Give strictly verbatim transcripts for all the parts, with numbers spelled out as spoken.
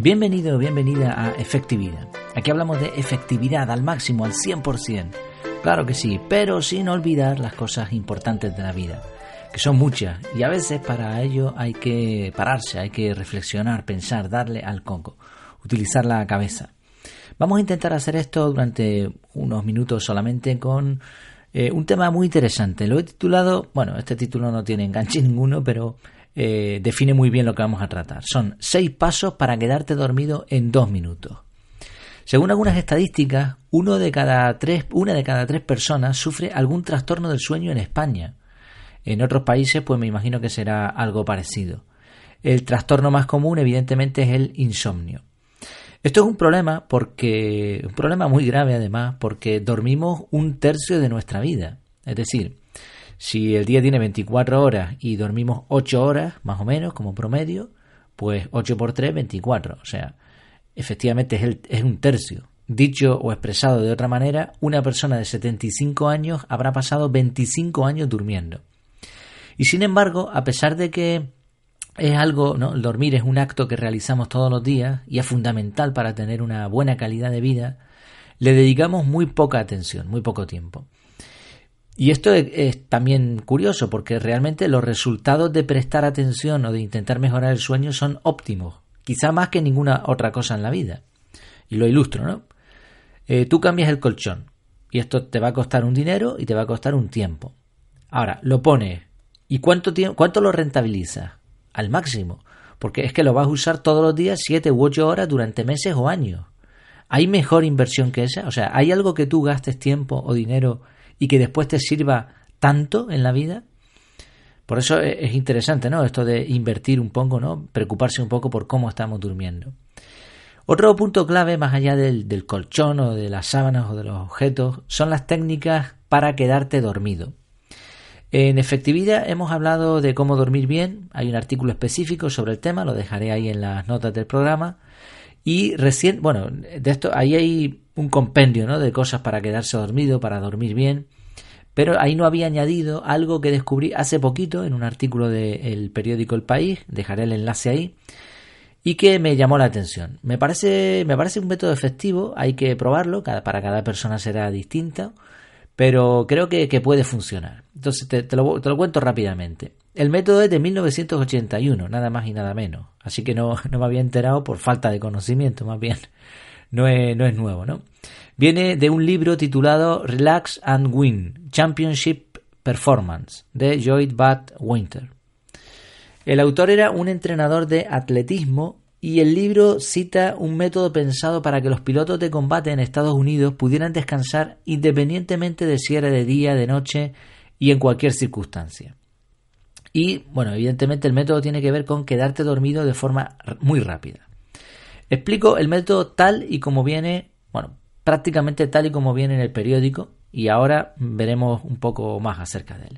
Bienvenido o bienvenida a Efectividad. Aquí hablamos de efectividad al máximo, al cien por ciento. Claro que sí, pero sin olvidar las cosas importantes de la vida, que son muchas, y a veces para ello hay que pararse, hay que reflexionar, pensar, darle al coco, utilizar la cabeza. Vamos a intentar hacer esto durante unos minutos solamente con eh, un tema muy interesante. Lo he titulado, bueno, este título no tiene enganche ninguno, pero eh, define muy bien lo que vamos a tratar. Son seis pasos para quedarte dormido en dos minutos. Según algunas estadísticas, uno de cada tres, una de cada tres personas sufre algún trastorno del sueño en España. En otros países, pues me imagino que será algo parecido. El trastorno más común, evidentemente, es el insomnio. Esto es un problema porque un problema muy grave, además, porque dormimos un tercio de nuestra vida. Es decir, si el día tiene veinticuatro horas y dormimos ocho horas, más o menos, como promedio, pues ocho por tres, veinticuatro. O sea, efectivamente es, el, es un tercio. Dicho o expresado de otra manera, una persona de setenta y cinco años habrá pasado veinticinco años durmiendo. Y sin embargo, a pesar de que es algo, ¿no? El dormir es un acto que realizamos todos los días y es fundamental para tener una buena calidad de vida, le dedicamos muy poca atención, muy poco tiempo. Y esto es, es también curioso porque realmente los resultados de prestar atención o de intentar mejorar el sueño son óptimos, quizá más que ninguna otra cosa en la vida. Y lo ilustro, ¿no? Eh, tú cambias el colchón y esto te va a costar un dinero y te va a costar un tiempo. Ahora, lo pones y ¿cuánto, tiempo, cuánto lo rentabilizas? Al máximo, porque es que lo vas a usar todos los días siete u ocho horas durante meses o años. ¿Hay mejor inversión que esa? O sea, ¿hay algo que tú gastes tiempo o dinero y que después te sirva tanto en la vida? Por eso es interesante, ¿no? Esto de invertir un poco, ¿no? Preocuparse un poco por cómo estamos durmiendo. Otro punto clave, más allá del, del colchón o de las sábanas o de los objetos, son las técnicas para quedarte dormido. En Efectividad hemos hablado de cómo dormir bien, hay un artículo específico sobre el tema, lo dejaré ahí en las notas del programa. Y recién, bueno, de esto ahí hay un compendio, ¿no? De cosas para quedarse dormido, para dormir bien, pero ahí no había añadido algo que descubrí hace poquito en un artículo del periódico El País, dejaré el enlace ahí, y que me llamó la atención. Me parece, me parece un método efectivo, hay que probarlo, cada, para cada persona será distinta, pero creo que, que puede funcionar. Entonces te, te, lo, te lo cuento rápidamente. El método es de mil novecientos ochenta y uno, nada más y nada menos. Así que no, no me había enterado por falta de conocimiento, más bien. No es, no es nuevo, ¿no? Viene de un libro titulado Relax and Win, Championship Performance, de Lloyd Butt Winter. El autor era un entrenador de atletismo y el libro cita un método pensado para que los pilotos de combate en Estados Unidos pudieran descansar independientemente de si era de día, de noche y en cualquier circunstancia. Y, bueno, evidentemente el método tiene que ver con quedarte dormido de forma muy rápida. Explico el método tal y como viene, bueno, prácticamente tal y como viene en el periódico y ahora veremos un poco más acerca de él.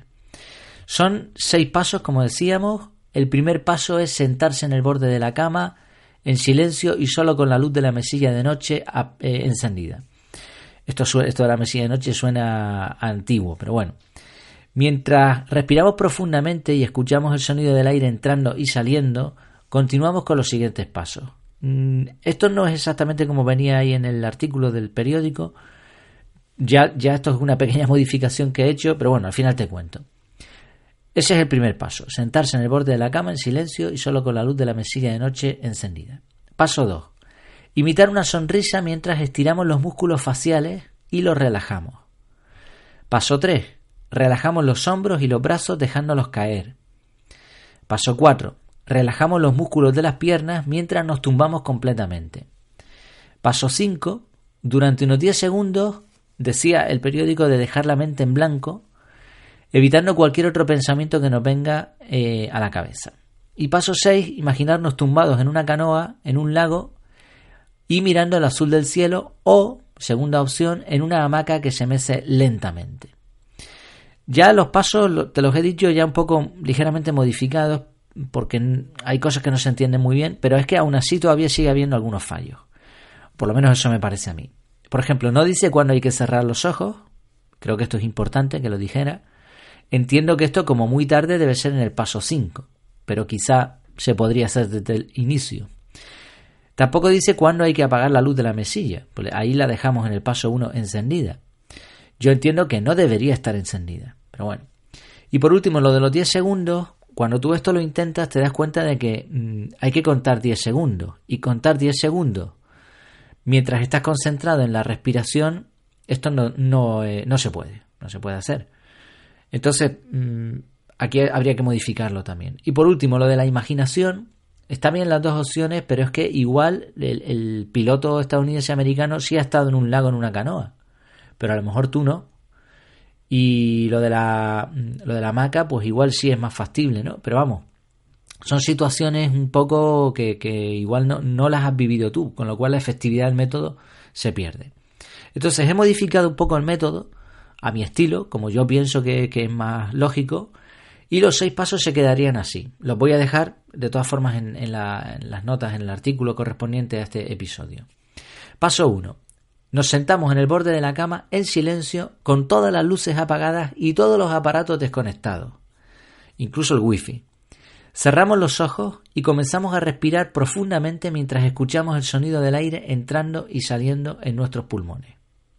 Son seis pasos, como decíamos. El primer paso es sentarse en el borde de la cama, en silencio y solo con la luz de la mesilla de noche eh, encendida. Esto, esto de la mesilla de noche suena antiguo, pero bueno. Mientras respiramos profundamente y escuchamos el sonido del aire entrando y saliendo, continuamos con los siguientes pasos. Esto no es exactamente como venía ahí en el artículo del periódico. Ya, ya esto es una pequeña modificación que he hecho, pero bueno, al final te cuento. Ese es el primer paso, sentarse en el borde de la cama en silencio y solo con la luz de la mesilla de noche encendida. Paso dos. Imitar una sonrisa mientras estiramos los músculos faciales y los relajamos. Paso tres. Relajamos los hombros y los brazos dejándolos caer. Paso cuatro. Relajamos los músculos de las piernas mientras nos tumbamos completamente. Paso cinco. Durante unos diez segundos, decía el periódico, de dejar la mente en blanco, evitando cualquier otro pensamiento que nos venga eh, a la cabeza. Y paso seis. Imaginarnos tumbados en una canoa, en un lago, y mirando el azul del cielo o, segunda opción, en una hamaca que se mece lentamente. Ya los pasos te los he dicho ya un poco ligeramente modificados porque hay cosas que no se entienden muy bien, pero es que aún así todavía sigue habiendo algunos fallos. Por lo menos eso me parece a mí. Por ejemplo, no dice cuándo hay que cerrar los ojos. Creo que esto es importante que lo dijera. Entiendo que esto como muy tarde debe ser en el paso cinco, pero quizá se podría hacer desde el inicio. Tampoco dice cuándo hay que apagar la luz de la mesilla, pues ahí la dejamos en el paso uno encendida. Yo entiendo que no debería estar encendida, pero bueno. Y por último, lo de los diez segundos, cuando tú esto lo intentas te das cuenta de que mmm, hay que contar diez segundos. Y contar diez segundos mientras estás concentrado en la respiración, esto no, no, eh, no se puede, no se puede hacer. Entonces, mmm, aquí habría que modificarlo también. Y por último, lo de la imaginación. Está bien las dos opciones, pero es que igual el, el piloto estadounidense americano sí ha estado en un lago en una canoa, pero a lo mejor tú no. Y lo de la lo de la hamaca, pues igual sí es más factible, ¿no? Pero vamos, son situaciones un poco que, que igual no, no las has vivido tú, con lo cual la efectividad del método se pierde. Entonces he modificado un poco el método a mi estilo, como yo pienso que, que es más lógico. Y los seis pasos se quedarían así. Los voy a dejar, de todas formas, en, en, la, en las notas, en el artículo correspondiente a este episodio. Paso uno. Nos sentamos en el borde de la cama en silencio, con todas las luces apagadas y todos los aparatos desconectados, incluso el wifi. Cerramos los ojos y comenzamos a respirar profundamente mientras escuchamos el sonido del aire entrando y saliendo en nuestros pulmones.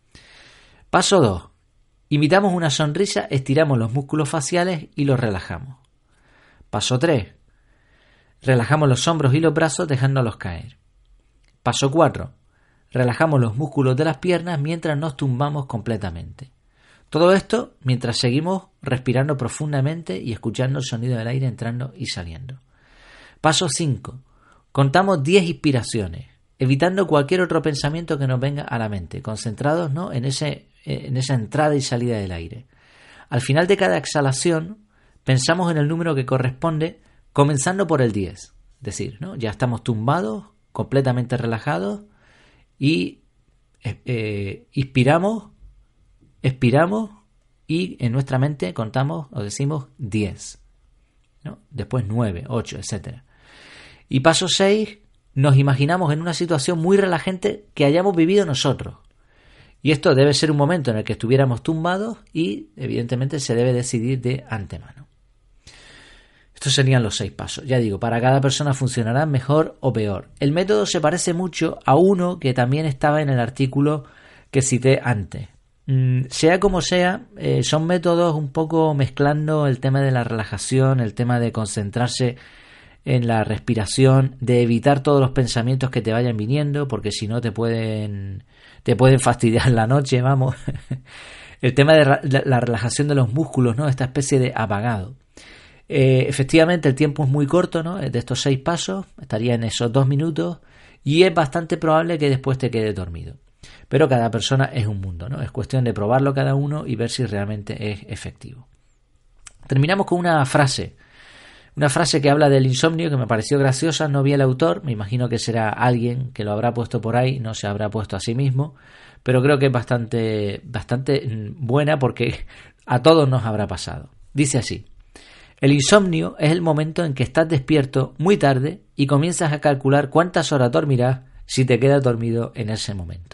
Paso dos. Imitamos una sonrisa, estiramos los músculos faciales y los relajamos. Paso tres. Relajamos los hombros y los brazos dejándolos caer. Paso cuatro. Relajamos los músculos de las piernas mientras nos tumbamos completamente. Todo esto mientras seguimos respirando profundamente y escuchando el sonido del aire entrando y saliendo. Paso cinco. Contamos diez inspiraciones, evitando cualquier otro pensamiento que nos venga a la mente, concentrados, ¿no?, en ese en esa entrada y salida del aire. Al final de cada exhalación pensamos en el número que corresponde, comenzando por el diez. Es decir, ¿no?, ya estamos tumbados, completamente relajados y eh, inspiramos, expiramos y en nuestra mente contamos o decimos diez, ¿no? Después nueve, ocho, etcétera. Y paso seis, nos imaginamos en una situación muy relajante que hayamos vivido nosotros. Y esto debe ser un momento en el que estuviéramos tumbados y, evidentemente, se debe decidir de antemano. Estos serían los seis pasos. Ya digo, para cada persona funcionará mejor o peor. El método se parece mucho a uno que también estaba en el artículo que cité antes. Mm, sea como sea, eh, son métodos un poco mezclando el tema de la relajación, el tema de concentrarse en la respiración, de evitar todos los pensamientos que te vayan viniendo, porque si no te pueden... te pueden fastidiar la noche, vamos. El tema de la relajación de los músculos, ¿no? Esta especie de apagado. Eh, efectivamente, el tiempo es muy corto, ¿no?, de estos seis pasos, estaría en esos dos minutos, y es bastante probable que después te quedes dormido. Pero cada persona es un mundo, ¿no? Es cuestión de probarlo cada uno y ver si realmente es efectivo. Terminamos con una frase. Una frase que habla del insomnio que me pareció graciosa, no vi el autor, me imagino que será alguien que lo habrá puesto por ahí, no se habrá puesto a sí mismo, pero creo que es bastante, bastante buena porque a todos nos habrá pasado. Dice así: el insomnio es el momento en que estás despierto muy tarde y comienzas a calcular cuántas horas dormirás si te quedas dormido en ese momento.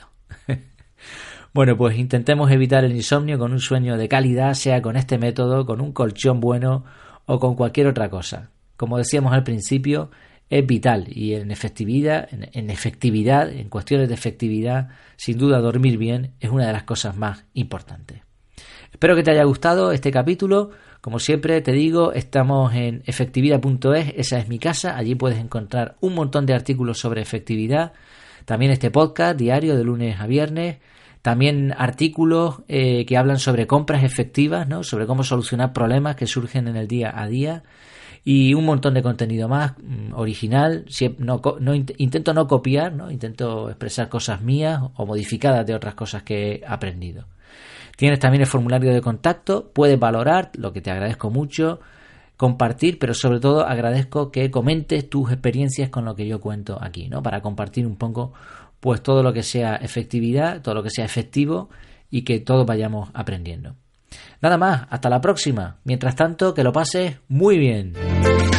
Bueno, pues intentemos evitar el insomnio con un sueño de calidad, sea con este método, con un colchón bueno o con cualquier otra cosa. Como decíamos al principio, es vital y en efectividad, en, en efectividad, en cuestiones de efectividad, sin duda dormir bien es una de las cosas más importantes. Espero que te haya gustado este capítulo. Como siempre te digo, estamos en efectividad punto es, esa es mi casa, allí puedes encontrar un montón de artículos sobre efectividad, también este podcast diario de lunes a viernes, también artículos eh, que hablan sobre compras efectivas, ¿no?, sobre cómo solucionar problemas que surgen en el día a día y un montón de contenido más mmm, original. No, no, intento no copiar, ¿no?, intento expresar cosas mías o modificadas de otras cosas que he aprendido. Tienes también el formulario de contacto, puedes valorar, lo que te agradezco mucho, compartir, pero sobre todo agradezco que comentes tus experiencias con lo que yo cuento aquí, ¿no?, para compartir un poco pues todo lo que sea efectividad, todo lo que sea efectivo y que todos vayamos aprendiendo. Nada más, hasta la próxima. Mientras tanto, que lo pases muy bien.